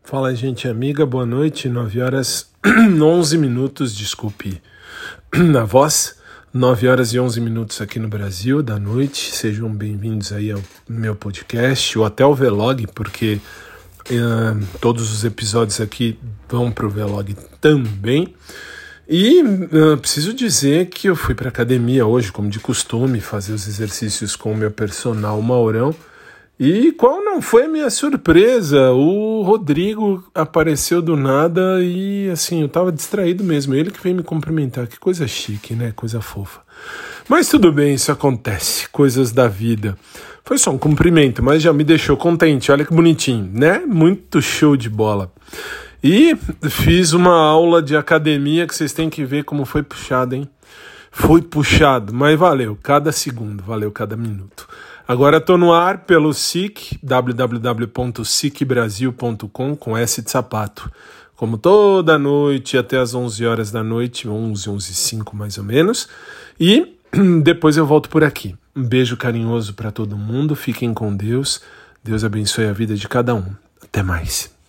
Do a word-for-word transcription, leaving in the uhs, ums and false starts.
Fala, gente amiga, boa noite, nove horas onze minutos, desculpe a voz, nove horas e onze minutos aqui no Brasil da noite. Sejam bem-vindos aí ao meu podcast, ou até o Vlog, porque uh, todos os episódios aqui vão para o Vlog também. E uh, preciso dizer que eu fui para academia hoje, como de costume, fazer os exercícios com o meu personal Maurão. E qual não foi a minha surpresa? O Rodrigo apareceu do nada e assim, eu tava distraído mesmo. Ele que veio me cumprimentar, que coisa chique, né? Coisa fofa. Mas tudo bem, isso acontece, coisas da vida. Foi só um cumprimento, mas já me deixou contente, olha que bonitinho, né? Muito show de bola. E fiz uma aula de academia que vocês têm que ver como foi puxado, hein? Foi puxado, mas valeu cada segundo, valeu cada minuto. Agora estou no ar pelo S I C, w w w ponto sic brasil ponto com, com S de sapato. Como toda noite, até as onze horas da noite, onze, onze e cinco mais ou menos. E depois eu volto por aqui. Um beijo carinhoso para todo mundo, fiquem com Deus. Deus abençoe a vida de cada um. Até mais.